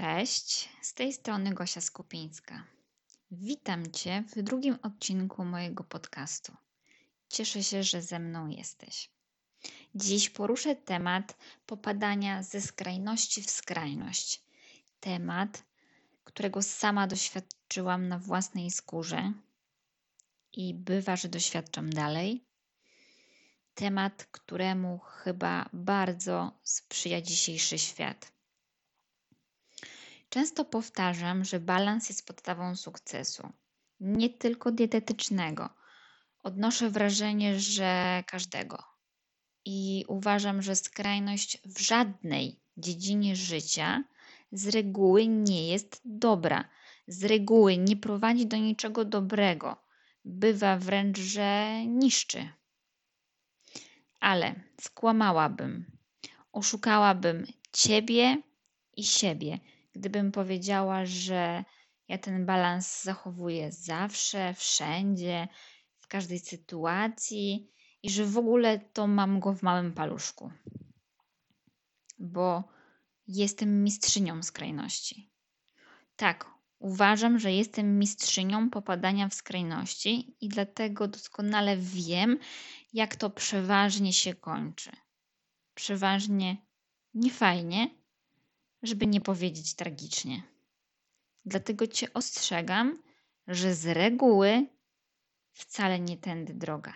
Cześć, z tej strony Gosia Skupińska. Witam Cię w drugim odcinku mojego podcastu. Cieszę się, że ze mną jesteś. Dziś poruszę temat popadania ze skrajności w skrajność. Temat, którego sama doświadczyłam na własnej skórze i bywa, że doświadczam dalej. Temat, któremu chyba bardzo sprzyja dzisiejszy świat. Często powtarzam, że balans jest podstawą sukcesu, nie tylko dietetycznego. Odnoszę wrażenie, że każdego. I uważam, że skrajność w żadnej dziedzinie życia z reguły nie jest dobra. Z reguły nie prowadzi do niczego dobrego. Bywa wręcz, że niszczy. Ale skłamałabym, oszukałabym Ciebie i siebie, gdybym powiedziała, że ja ten balans zachowuję zawsze, wszędzie, w każdej sytuacji i że w ogóle to mam go w małym paluszku. Bo jestem mistrzynią skrajności. Tak, uważam, że jestem mistrzynią popadania w skrajności i dlatego doskonale wiem, jak to przeważnie się kończy. Przeważnie niefajnie, żeby nie powiedzieć tragicznie. Dlatego Cię ostrzegam, że z reguły wcale nie tędy droga.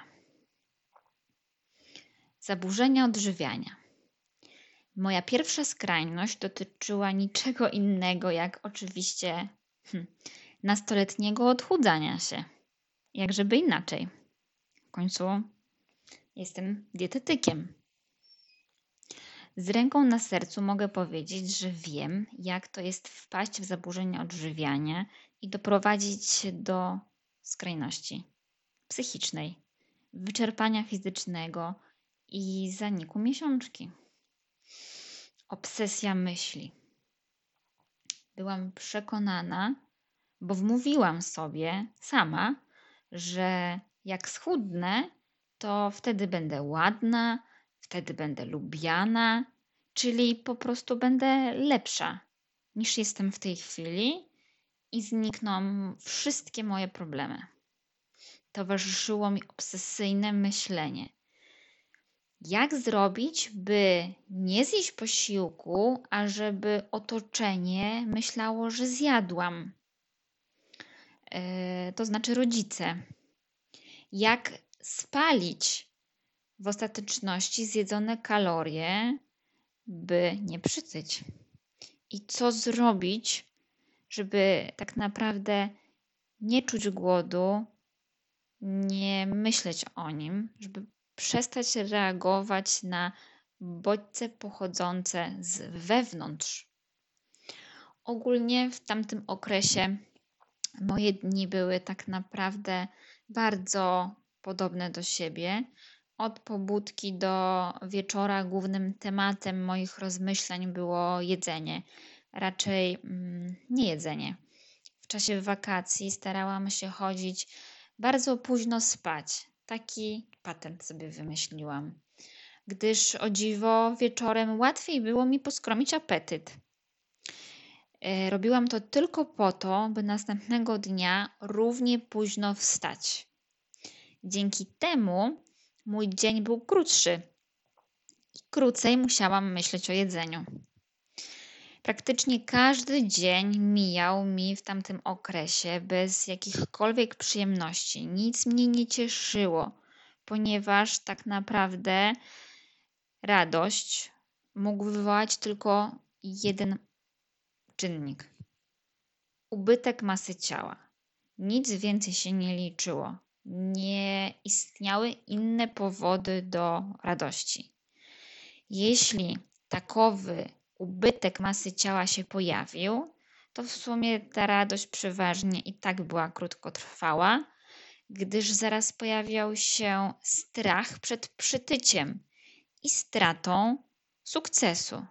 Zaburzenia odżywiania. Moja pierwsza skrajność dotyczyła niczego innego jak oczywiście nastoletniego odchudzania się. Jak żeby inaczej. W końcu jestem dietetykiem. Z ręką na sercu mogę powiedzieć, że wiem, jak to jest wpaść w zaburzenia odżywiania i doprowadzić się do skrajności psychicznej, wyczerpania fizycznego i zaniku miesiączki. Obsesja myśli. Byłam przekonana, bo wmówiłam sobie sama, że jak schudnę, to wtedy będę ładna, wtedy będę lubiana, czyli po prostu będę lepsza niż jestem w tej chwili i znikną wszystkie moje problemy. Towarzyszyło mi obsesyjne myślenie. Jak zrobić, by nie zjeść posiłku, a żeby otoczenie myślało, że zjadłam? To znaczy rodzice. Jak spalić w ostateczności zjedzone kalorie, by nie przytyć? I co zrobić, żeby tak naprawdę nie czuć głodu, nie myśleć o nim, żeby przestać reagować na bodźce pochodzące z wewnątrz. Ogólnie w tamtym okresie moje dni były tak naprawdę bardzo podobne do siebie. Od pobudki do wieczora głównym tematem moich rozmyślań było jedzenie. Raczej nie jedzenie. W czasie wakacji starałam się chodzić bardzo późno spać. Taki patent sobie wymyśliłam. Gdyż o dziwo wieczorem łatwiej było mi poskromić apetyt. Robiłam to tylko po to, by następnego dnia równie późno wstać. Dzięki temu mój dzień był krótszy i krócej musiałam myśleć o jedzeniu. Praktycznie każdy dzień mijał mi w tamtym okresie bez jakichkolwiek przyjemności. Nic mnie nie cieszyło, ponieważ tak naprawdę radość mógł wywołać tylko jeden czynnik. Ubytek masy ciała. Nic więcej się nie liczyło. Nie istniały inne powody do radości. Jeśli takowy ubytek masy ciała się pojawił, to w sumie ta radość przeważnie i tak była krótkotrwała, gdyż zaraz pojawiał się strach przed przytyciem i stratą sukcesu.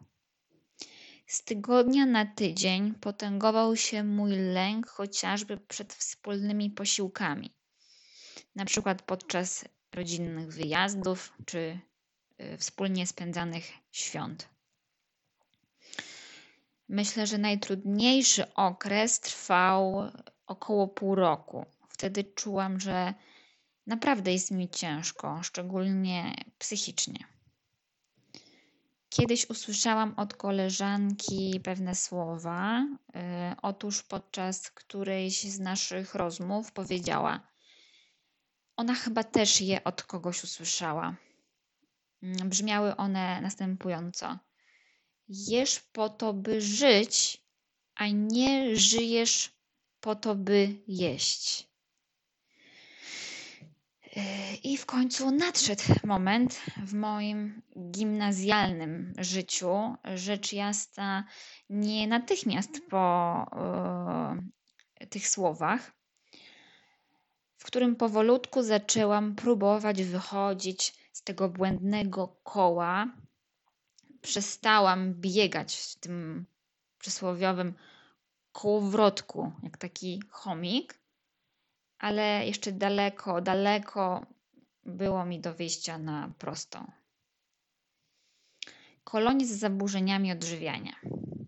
Z tygodnia na tydzień potęgował się mój lęk chociażby przed wspólnymi posiłkami, na przykład podczas rodzinnych wyjazdów czy wspólnie spędzanych świąt. Myślę, że najtrudniejszy okres trwał około pół roku. Wtedy czułam, że naprawdę jest mi ciężko, szczególnie psychicznie. Kiedyś usłyszałam od koleżanki pewne słowa. Otóż podczas którejś z naszych rozmów powiedziała, ona chyba też je od kogoś usłyszała. Brzmiały one następująco. Jesz po to, by żyć, a nie żyjesz po to, by jeść. I w końcu nadszedł moment w moim gimnazjalnym życiu, rzecz jasna nie natychmiast po tych słowach, w którym powolutku zaczęłam próbować wychodzić z tego błędnego koła. Przestałam biegać w tym przysłowiowym kołowrotku, jak taki chomik, ale jeszcze daleko, daleko było mi do wyjścia na prostą. Kolonie z zaburzeniami odżywiania.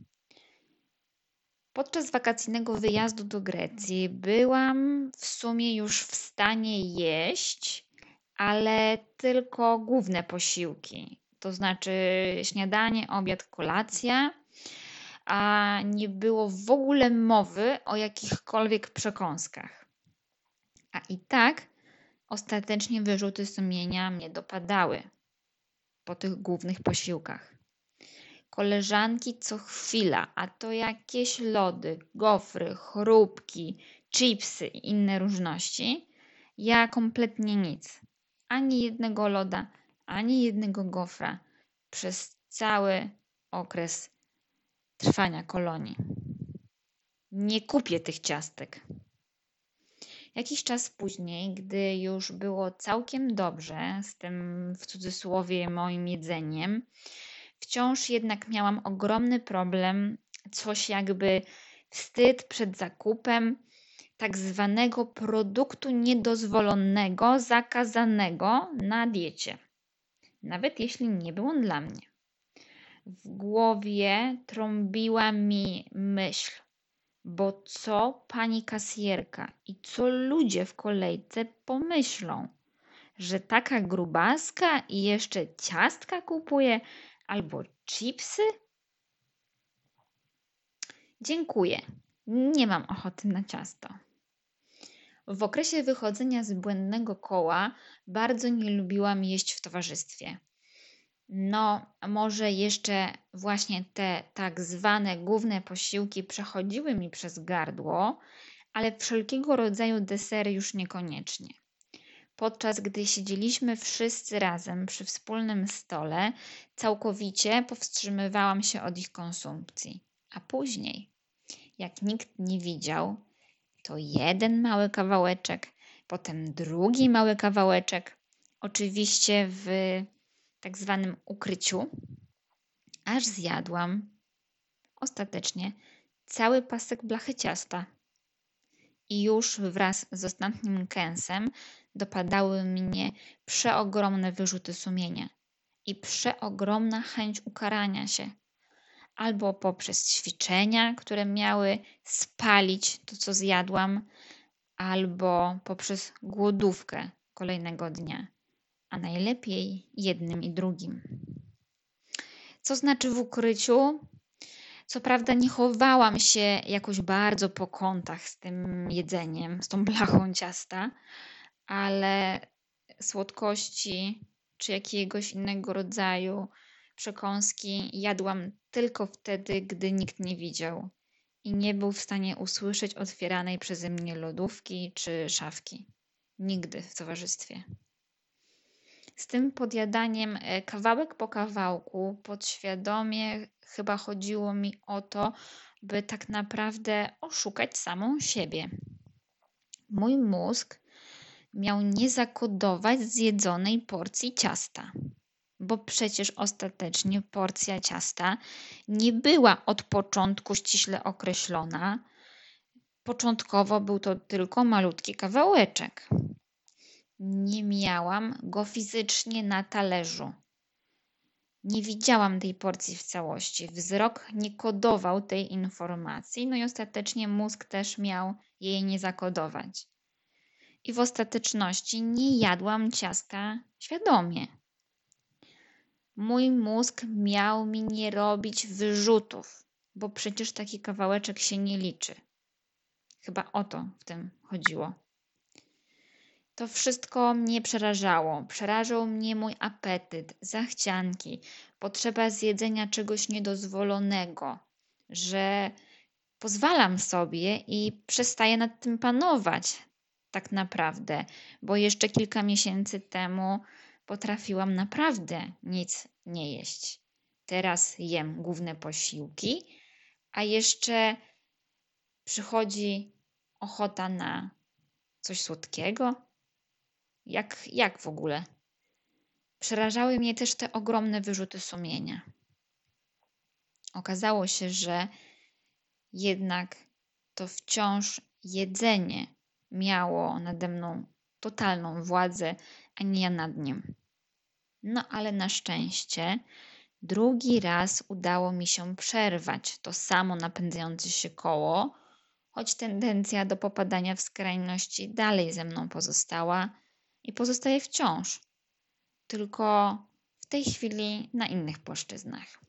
Podczas wakacyjnego wyjazdu do Grecji byłam w sumie już w stanie jeść, ale tylko główne posiłki, to znaczy śniadanie, obiad, kolacja, a nie było w ogóle mowy o jakichkolwiek przekąskach. A i tak ostatecznie wyrzuty sumienia mnie dopadały po tych głównych posiłkach. Koleżanki co chwila, a to jakieś lody, gofry, chrupki, chipsy i inne różności. Ja kompletnie nic. Ani jednego loda, ani jednego gofra przez cały okres trwania kolonii. Nie kupię tych ciastek. Jakiś czas później, gdy już było całkiem dobrze z tym w cudzysłowie moim jedzeniem, wciąż jednak miałam ogromny problem, coś jakby wstyd przed zakupem tak zwanego produktu niedozwolonego, zakazanego na diecie, nawet jeśli nie był on dla mnie. W głowie trąbiła mi myśl, bo co pani kasjerka i co ludzie w kolejce pomyślą, że taka grubaska i jeszcze ciastka kupuje albo chipsy? Dziękuję, nie mam ochoty na ciasto. W okresie wychodzenia z błędnego koła bardzo nie lubiłam jeść w towarzystwie. No, może jeszcze właśnie te tak zwane główne posiłki przechodziły mi przez gardło, ale wszelkiego rodzaju desery już niekoniecznie. Podczas gdy siedzieliśmy wszyscy razem przy wspólnym stole, całkowicie powstrzymywałam się od ich konsumpcji. A później, jak nikt nie widział, to jeden mały kawałeczek, potem drugi mały kawałeczek, oczywiście w tak zwanym ukryciu, aż zjadłam ostatecznie cały pasek blachy ciasta. I już wraz z ostatnim kęsem dopadały mnie przeogromne wyrzuty sumienia i przeogromna chęć ukarania się. Albo poprzez ćwiczenia, które miały spalić to, co zjadłam, albo poprzez głodówkę kolejnego dnia, a najlepiej jednym i drugim. Co znaczy w ukryciu? Co prawda nie chowałam się jakoś bardzo po kątach z tym jedzeniem, z tą blachą ciasta, ale słodkości czy jakiegoś innego rodzaju przekąski jadłam tylko wtedy, gdy nikt nie widział i nie był w stanie usłyszeć otwieranej przeze mnie lodówki czy szafki. Nigdy w towarzystwie. Z tym podjadaniem kawałek po kawałku podświadomie chyba chodziło mi o to, by tak naprawdę oszukać samą siebie. Mój mózg miał nie zakodować zjedzonej porcji ciasta, bo przecież ostatecznie porcja ciasta nie była od początku ściśle określona. Początkowo był to tylko malutki kawałeczek. Nie miałam go fizycznie na talerzu. Nie widziałam tej porcji w całości. Wzrok nie kodował tej informacji, no i ostatecznie mózg też miał jej nie zakodować. I w ostateczności nie jadłam ciastka świadomie. Mój mózg miał mi nie robić wyrzutów, bo przecież taki kawałeczek się nie liczy. Chyba o to w tym chodziło. To wszystko mnie przerażało. Przerażał mnie mój apetyt, zachcianki, potrzeba zjedzenia czegoś niedozwolonego, że pozwalam sobie i przestaję nad tym panować tak naprawdę, bo jeszcze kilka miesięcy temu potrafiłam naprawdę nic nie jeść. Teraz jem główne posiłki, a jeszcze przychodzi ochota na coś słodkiego. Jak w ogóle? Przerażały mnie też te ogromne wyrzuty sumienia. Okazało się, że jednak to wciąż jedzenie miało nade mną totalną władzę, a nie ja nad nim. No ale na szczęście drugi raz udało mi się przerwać to samo napędzające się koło, choć tendencja do popadania w skrajności dalej ze mną pozostała i pozostaje wciąż, tylko w tej chwili na innych płaszczyznach.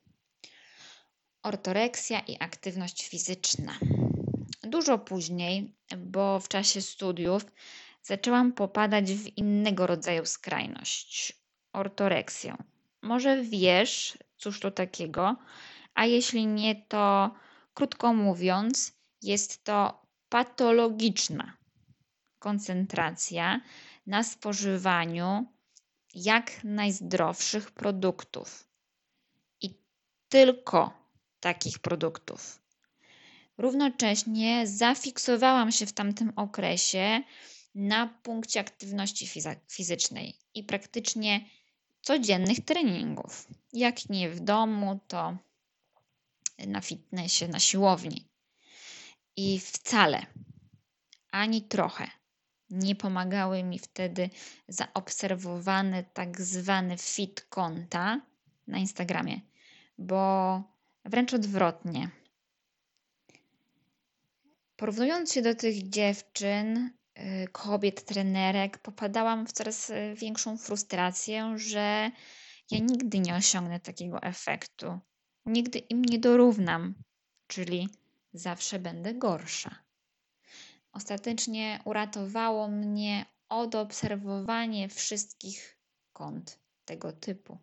Ortoreksja i aktywność fizyczna. Dużo później, bo w czasie studiów zaczęłam popadać w innego rodzaju skrajność ortoreksję. Może wiesz, cóż to takiego, a jeśli nie, to krótko mówiąc, jest to patologiczna koncentracja na spożywaniu jak najzdrowszych produktów i tylko takich produktów. Równocześnie zafiksowałam się w tamtym okresie na punkcie aktywności fizycznej i praktycznie codziennych treningów. Jak nie w domu, to na fitnessie, na siłowni. I wcale, ani trochę nie pomagały mi wtedy zaobserwowane tak zwane fit konta na Instagramie, bo wręcz odwrotnie. Porównując się do tych dziewczyn, kobiet, trenerek, popadałam w coraz większą frustrację, że ja nigdy nie osiągnę takiego efektu. Nigdy im nie dorównam, czyli zawsze będę gorsza. Ostatecznie uratowało mnie odobserwowanie wszystkich kont tego typu.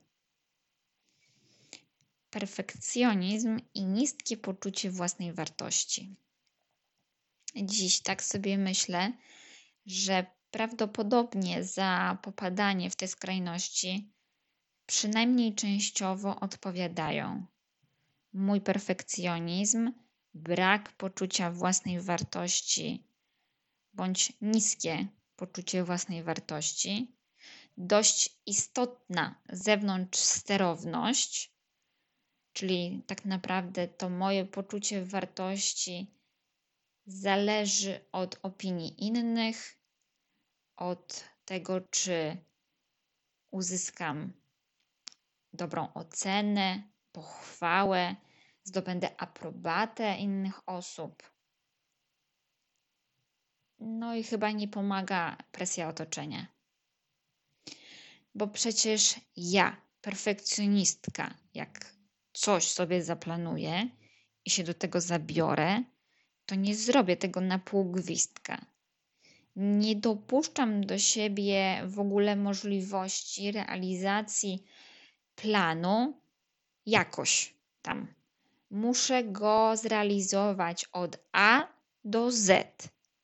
Perfekcjonizm i niskie poczucie własnej wartości. Dziś tak sobie myślę, że prawdopodobnie za popadanie w te skrajności przynajmniej częściowo odpowiadają mój perfekcjonizm, brak poczucia własnej wartości bądź niskie poczucie własnej wartości, dość istotna zewnątrz sterowność, czyli tak naprawdę to moje poczucie wartości zależy od opinii innych, od tego, czy uzyskam dobrą ocenę, pochwałę, zdobędę aprobatę innych osób. No i chyba nie pomaga presja otoczenia. Bo przecież ja, perfekcjonistka, jak coś sobie zaplanuję i się do tego zabiorę, to nie zrobię tego na pół gwizdka. Nie dopuszczam do siebie w ogóle możliwości realizacji planu jakoś tam. Muszę go zrealizować od A do Z.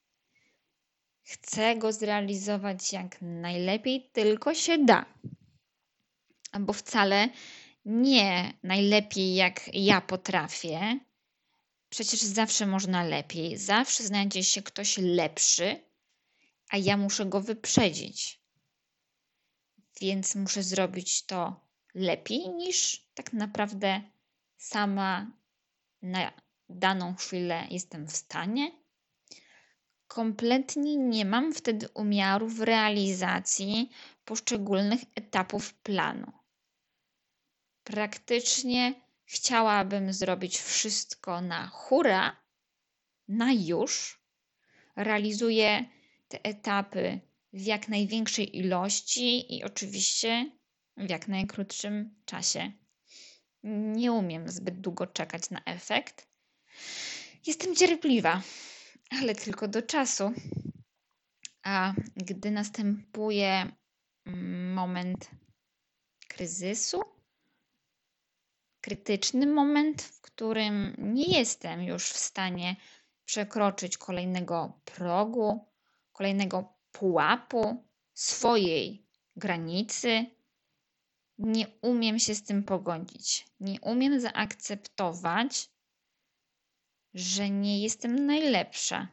Chcę go zrealizować jak najlepiej tylko się da. Bo wcale nie najlepiej jak ja potrafię. Przecież zawsze można lepiej. Zawsze znajdzie się ktoś lepszy, a ja muszę go wyprzedzić. Więc muszę zrobić to lepiej niż tak naprawdę sama na daną chwilę jestem w stanie. Kompletnie nie mam wtedy umiaru w realizacji poszczególnych etapów planu. Praktycznie chciałabym zrobić wszystko na hura, na już. Realizuję te etapy w jak największej ilości i oczywiście w jak najkrótszym czasie. Nie umiem zbyt długo czekać na efekt. Jestem cierpliwa, ale tylko do czasu. A gdy następuje moment kryzysu, krytyczny moment, w którym nie jestem już w stanie przekroczyć kolejnego progu, kolejnego pułapu, swojej granicy, nie umiem się z tym pogodzić. Nie umiem zaakceptować, że nie jestem najlepsza.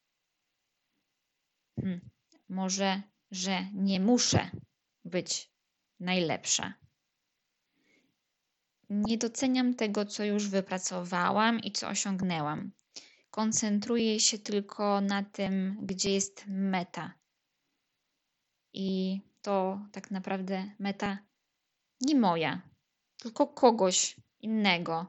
Może, że nie muszę być najlepsza. Nie doceniam tego, co już wypracowałam i co osiągnęłam. Koncentruję się tylko na tym, gdzie jest meta. I to tak naprawdę meta nie moja, tylko kogoś innego.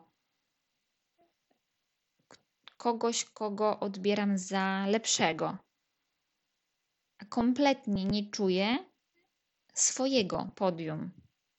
Kogoś, kogo odbieram za lepszego. A kompletnie nie czuję swojego podium.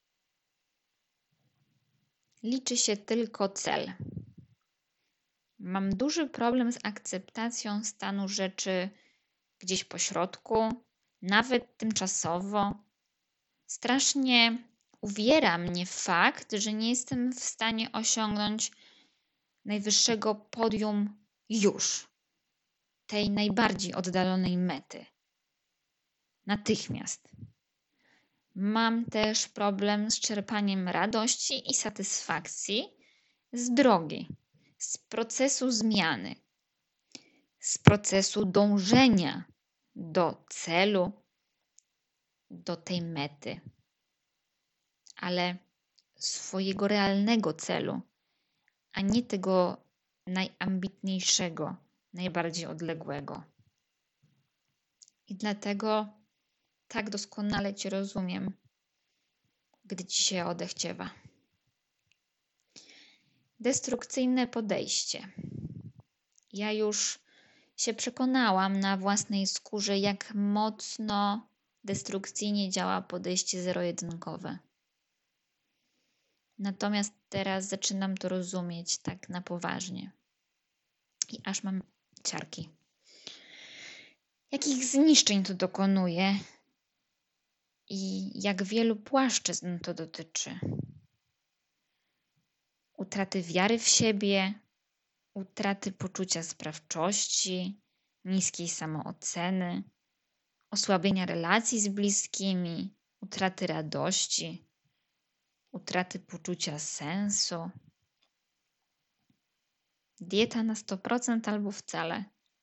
Liczy się tylko cel. Mam duży problem z akceptacją stanu rzeczy gdzieś po środku, nawet tymczasowo. Strasznie uwiera mnie fakt, że nie jestem w stanie osiągnąć najwyższego podium już, tej najbardziej oddalonej mety. Natychmiast. Mam też problem z czerpaniem radości i satysfakcji z drogi, z procesu zmiany, z procesu dążenia do celu, do tej mety, ale swojego realnego celu, a nie tego najambitniejszego, najbardziej odległego. I dlatego tak doskonale Cię rozumiem, gdy Ci się odechciewa. Destrukcyjne podejście. Ja już się przekonałam na własnej skórze, jak mocno destrukcyjnie działa podejście zero-jedynkowe. Natomiast teraz zaczynam to rozumieć tak na poważnie. I aż mam ciarki. Jakich zniszczeń to dokonuje i jak wielu płaszczyzn to dotyczy. Utraty wiary w siebie, utraty poczucia sprawczości, niskiej samooceny, osłabienia relacji z bliskimi, utraty radości, utraty poczucia sensu. Dieta na 100% albo wcale.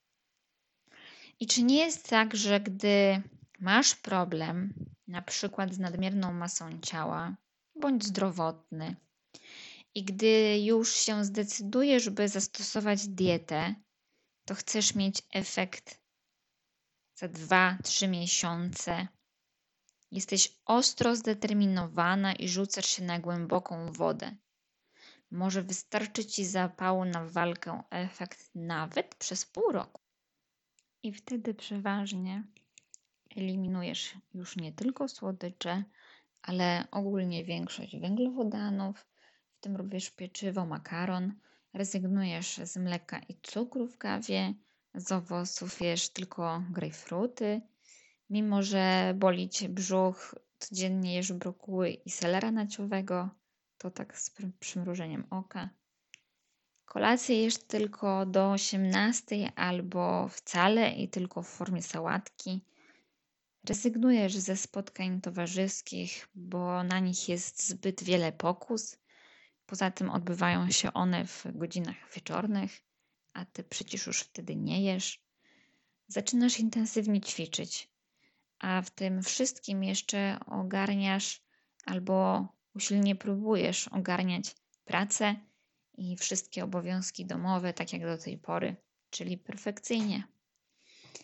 I czy nie jest tak, że gdy masz problem, na przykład z nadmierną masą ciała, bądź zdrowotny, i gdy już się zdecydujesz, by zastosować dietę, to chcesz mieć efekt za 2-3 miesiące. Jesteś ostro zdeterminowana i rzucasz się na głęboką wodę. Może wystarczy Ci zapału na walkę efekt nawet przez pół roku. I wtedy przeważnie eliminujesz już nie tylko słodycze, ale ogólnie większość węglowodanów, w tym również pieczywo, makaron. Rezygnujesz z mleka i cukru w kawie, z owoców jesz tylko grejpfruty. Mimo że boli Cię brzuch, codziennie jesz brokuły i selera naciowego, to tak z przymrużeniem oka. Kolację jesz tylko do 18 albo wcale i tylko w formie sałatki. Rezygnujesz ze spotkań towarzyskich, bo na nich jest zbyt wiele pokus. Poza tym odbywają się one w godzinach wieczornych, a Ty przecież już wtedy nie jesz. Zaczynasz intensywnie ćwiczyć, a w tym wszystkim jeszcze ogarniasz albo usilnie próbujesz ogarniać pracę i wszystkie obowiązki domowe, tak jak do tej pory, czyli perfekcyjnie.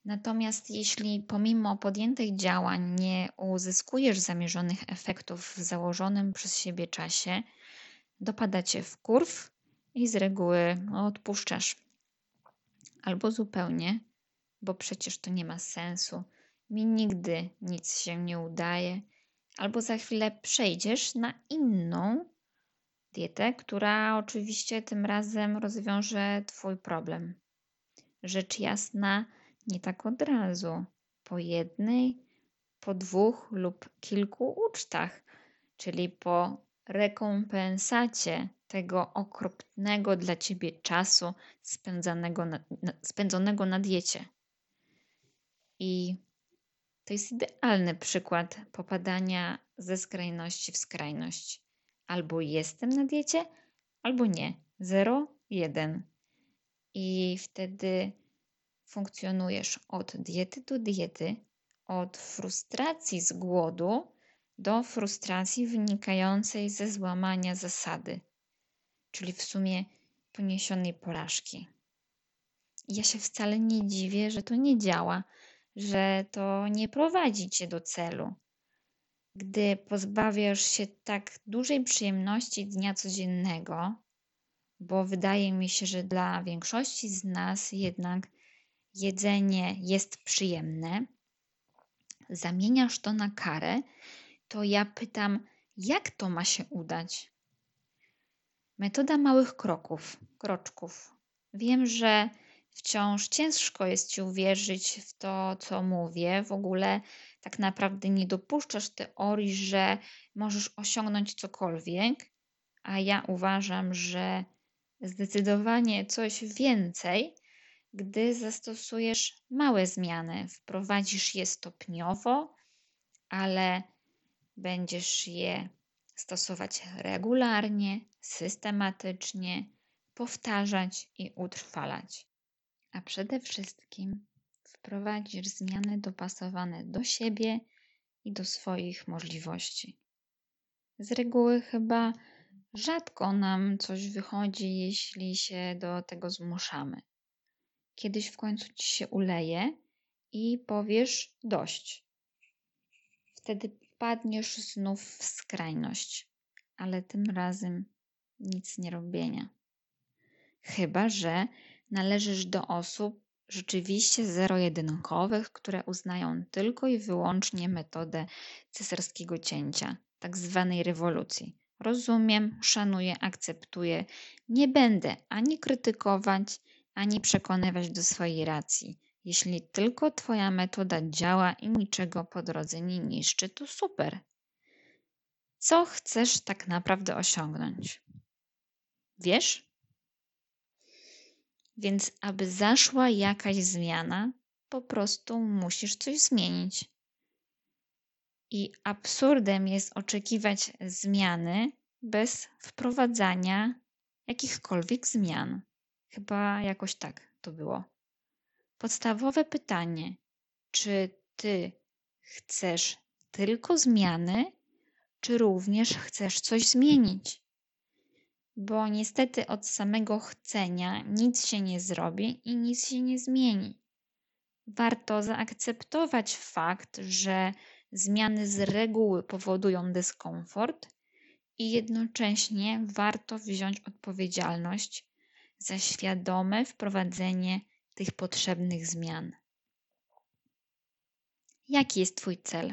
Natomiast jeśli pomimo podjętych działań nie uzyskujesz zamierzonych efektów w założonym przez siebie czasie, dopada cię wkurw i z reguły odpuszczasz. Albo zupełnie, bo przecież to nie ma sensu, mi nigdy nic się nie udaje, albo za chwilę przejdziesz na inną dietę, która oczywiście tym razem rozwiąże twój problem. Rzecz jasna, nie tak od razu, po jednej, po 2 lub kilku ucztach, czyli po rekompensacie tego okropnego dla ciebie czasu spędzonego na diecie. I to jest idealny przykład popadania ze skrajności w skrajność. Albo jestem na diecie, albo nie. 0, 1. I wtedy funkcjonujesz od diety do diety, od frustracji z głodu do frustracji wynikającej ze złamania zasady, czyli w sumie poniesionej porażki. Ja się wcale nie dziwię, że to nie działa, że to nie prowadzi cię do celu. Gdy pozbawiasz się tak dużej przyjemności dnia codziennego, bo wydaje mi się, że dla większości z nas jednak jedzenie jest przyjemne, zamieniasz to na karę, to ja pytam, jak to ma się udać? Metoda małych kroczków. Wiem, że wciąż ciężko jest ci uwierzyć w to, co mówię. W ogóle tak naprawdę nie dopuszczasz teorii, że możesz osiągnąć cokolwiek, a ja uważam, że zdecydowanie coś więcej, gdy zastosujesz małe zmiany. Wprowadzisz je stopniowo, ale będziesz je stosować regularnie, systematycznie, powtarzać i utrwalać. A przede wszystkim wprowadzisz zmiany dopasowane do siebie i do swoich możliwości. Z reguły chyba rzadko nam coś wychodzi, jeśli się do tego zmuszamy. Kiedyś w końcu ci się uleje i powiesz dość. Wtedy wpadniesz znów w skrajność, ale tym razem nic nie robienia. Chyba że należysz do osób rzeczywiście zero-jedynkowych, które uznają tylko i wyłącznie metodę cesarskiego cięcia, tak zwanej rewolucji. Rozumiem, szanuję, akceptuję. Nie będę ani krytykować, ani przekonywać do swojej racji. Jeśli tylko twoja metoda działa i niczego po drodze nie niszczy, to super. Co chcesz tak naprawdę osiągnąć? Wiesz? Więc aby zaszła jakaś zmiana, po prostu musisz coś zmienić. I absurdem jest oczekiwać zmiany bez wprowadzania jakichkolwiek zmian. Chyba jakoś tak to było. Podstawowe pytanie, czy ty chcesz tylko zmiany, czy również chcesz coś zmienić? Bo niestety od samego chcenia nic się nie zrobi i nic się nie zmieni. Warto zaakceptować fakt, że zmiany z reguły powodują dyskomfort i jednocześnie warto wziąć odpowiedzialność za świadome wprowadzenie tych potrzebnych zmian. Jaki jest twój cel?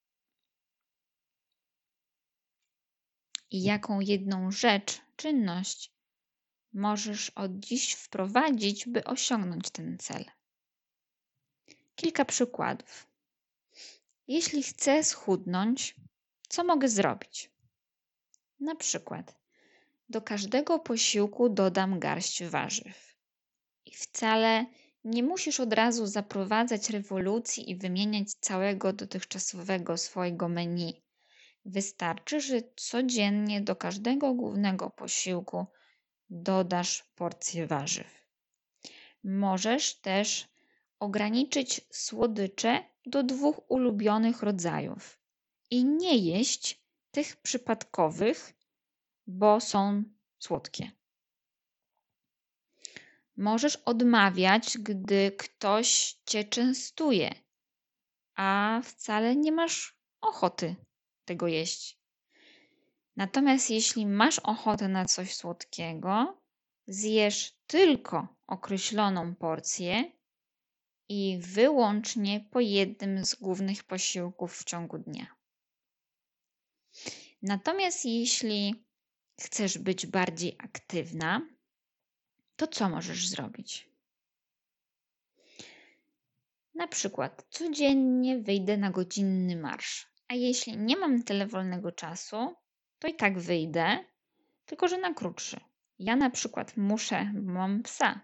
I jaką jedną rzecz, czynność możesz od dziś wprowadzić, by osiągnąć ten cel? Kilka przykładów. Jeśli chcę schudnąć, co mogę zrobić? Na przykład do każdego posiłku dodam garść warzyw. I wcale nie musisz od razu zaprowadzać rewolucji i wymieniać całego dotychczasowego swojego menu. Wystarczy, że codziennie do każdego głównego posiłku dodasz porcję warzyw. Możesz też ograniczyć słodycze do 2 ulubionych rodzajów i nie jeść tych przypadkowych, bo są słodkie. Możesz odmawiać, gdy ktoś cię częstuje, a wcale nie masz ochoty tego jeść. Natomiast jeśli masz ochotę na coś słodkiego, zjesz tylko określoną porcję i wyłącznie po jednym z głównych posiłków w ciągu dnia. Natomiast jeśli chcesz być bardziej aktywna, to co możesz zrobić? Na przykład codziennie wyjdę na godzinny marsz, a jeśli nie mam tyle wolnego czasu, to i tak wyjdę, tylko że na krótszy. Ja na przykład muszę, bo mam psa.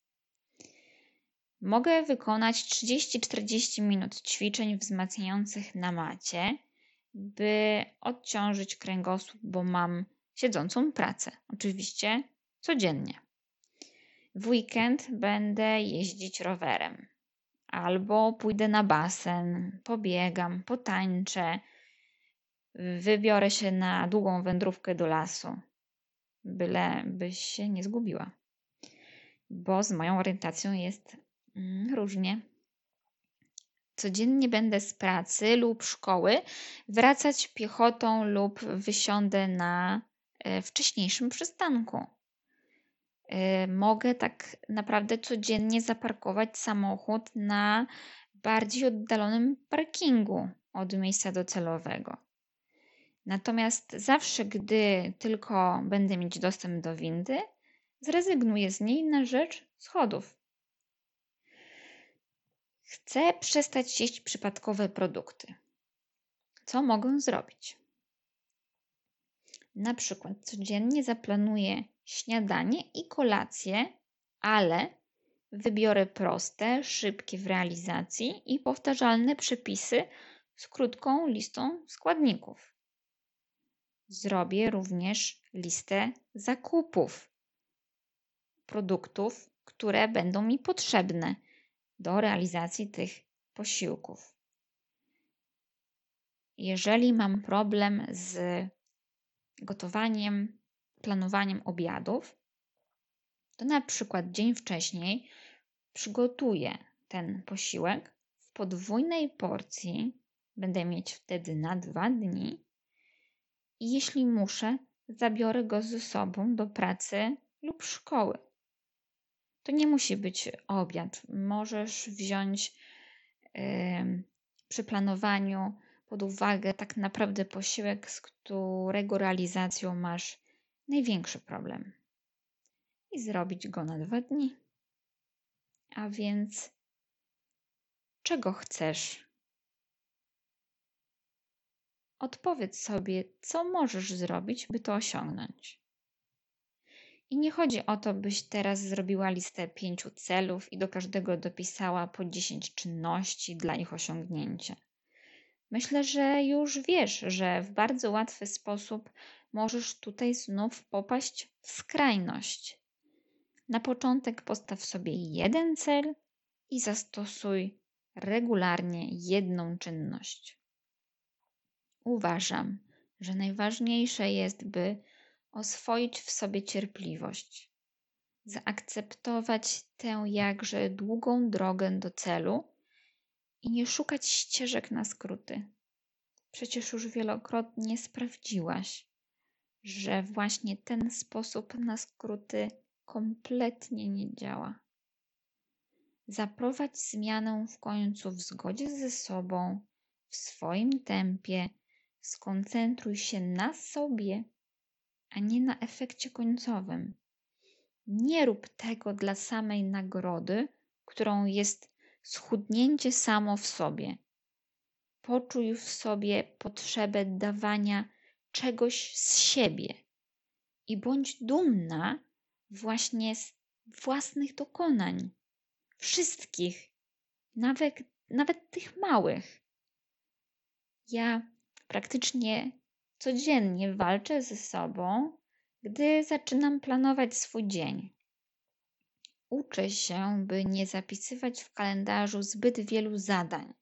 Mogę wykonać 30-40 minut ćwiczeń wzmacniających na macie, by odciążyć kręgosłup, bo mam siedzącą pracę. Oczywiście codziennie. W weekend będę jeździć rowerem. Albo pójdę na basen, pobiegam, potańczę, wybiorę się na długą wędrówkę do lasu, bylebyś się nie zgubiła, bo z moją orientacją jest różnie. Codziennie będę z pracy lub szkoły wracać piechotą lub wysiądę na wcześniejszym przystanku. Mogę tak naprawdę codziennie zaparkować samochód na bardziej oddalonym parkingu od miejsca docelowego. Natomiast zawsze, gdy tylko będę mieć dostęp do windy, zrezygnuję z niej na rzecz schodów. Chcę przestać jeść przypadkowe produkty. Co mogę zrobić? Na przykład codziennie zaplanuję śniadanie i kolację, ale wybiorę proste, szybkie w realizacji i powtarzalne przepisy z krótką listą składników. Zrobię również listę zakupów produktów, które będą mi potrzebne do realizacji tych posiłków. Jeżeli mam problem z gotowaniem, planowaniem obiadów, to na przykład dzień wcześniej przygotuję ten posiłek w podwójnej porcji, będę mieć wtedy na 2 dni i jeśli muszę, zabiorę go ze sobą do pracy lub szkoły. To nie musi być obiad. Możesz wziąć przy planowaniu pod uwagę tak naprawdę posiłek, z którego realizacją masz największy problem i zrobić go na 2 dni. A więc czego chcesz? Odpowiedz sobie, co możesz zrobić, by to osiągnąć. I nie chodzi o to, byś teraz zrobiła listę 5 celów i do każdego dopisała po 10 czynności dla ich osiągnięcia. Myślę, że już wiesz, że w bardzo łatwy sposób możesz tutaj znów popaść w skrajność. Na początek postaw sobie jeden cel i zastosuj regularnie jedną czynność. Uważam, że najważniejsze jest, by oswoić w sobie cierpliwość, zaakceptować tę jakże długą drogę do celu i nie szukać ścieżek na skróty. Przecież już wielokrotnie sprawdziłaś, że właśnie ten sposób na skróty kompletnie nie działa. Zaprowadź zmianę w końcu w zgodzie ze sobą, w swoim tempie. Skoncentruj się na sobie, a nie na efekcie końcowym. Nie rób tego dla samej nagrody, którą jest schudnięcie samo w sobie. Poczuj w sobie potrzebę dawania czegoś z siebie i bądź dumna właśnie z własnych dokonań. Wszystkich, nawet tych małych. Ja praktycznie codziennie walczę ze sobą, gdy zaczynam planować swój dzień. Uczę się, by nie zapisywać w kalendarzu zbyt wielu zadań.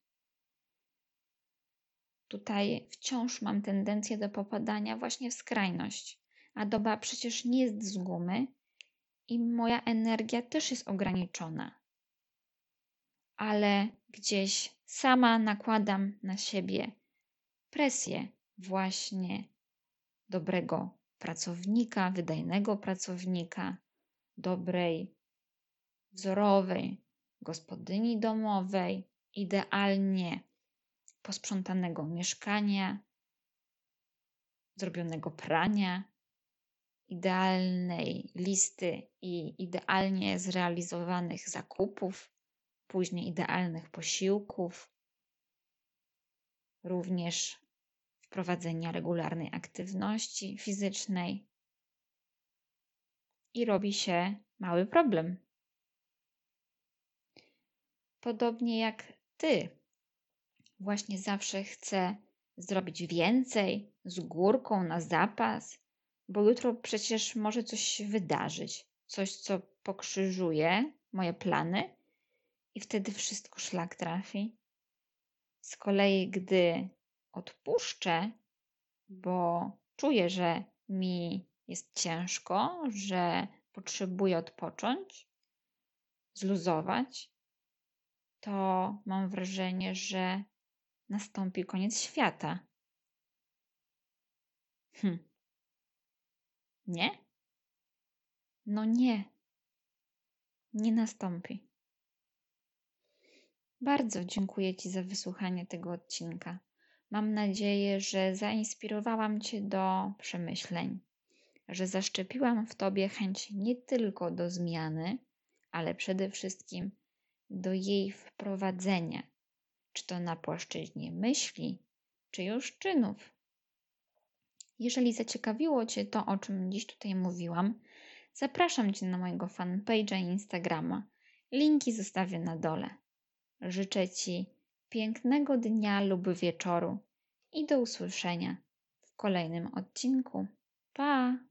Tutaj wciąż mam tendencję do popadania właśnie w skrajność, a doba przecież nie jest z gumy i moja energia też jest ograniczona, ale gdzieś sama nakładam na siebie presję właśnie dobrego pracownika, wydajnego pracownika, dobrej, wzorowej gospodyni domowej, idealnie posprzątanego mieszkania, zrobionego prania, idealnej listy i idealnie zrealizowanych zakupów, później idealnych posiłków, również wprowadzenia regularnej aktywności fizycznej i robi się mały problem. Podobnie jak Ty właśnie zawsze chcę zrobić więcej, z górką na zapas, bo jutro przecież może coś się wydarzyć, coś, co pokrzyżuje moje plany i wtedy wszystko szlak trafi. Z kolei, gdy odpuszczę, bo czuję, że mi jest ciężko, że potrzebuję odpocząć, zluzować, to mam wrażenie, że nastąpi koniec świata. Nie? No nie, nie nastąpi. Bardzo dziękuję Ci za wysłuchanie tego odcinka. Mam nadzieję, że zainspirowałam Cię do przemyśleń, że zaszczepiłam w Tobie chęć nie tylko do zmiany, ale przede wszystkim do jej wprowadzenia, czy to na płaszczyźnie myśli, czy już czynów. Jeżeli zaciekawiło Cię to, o czym dziś tutaj mówiłam, zapraszam Cię na mojego fanpage'a i Instagrama. Linki zostawię na dole. Życzę Ci pięknego dnia lub wieczoru i do usłyszenia w kolejnym odcinku. Pa!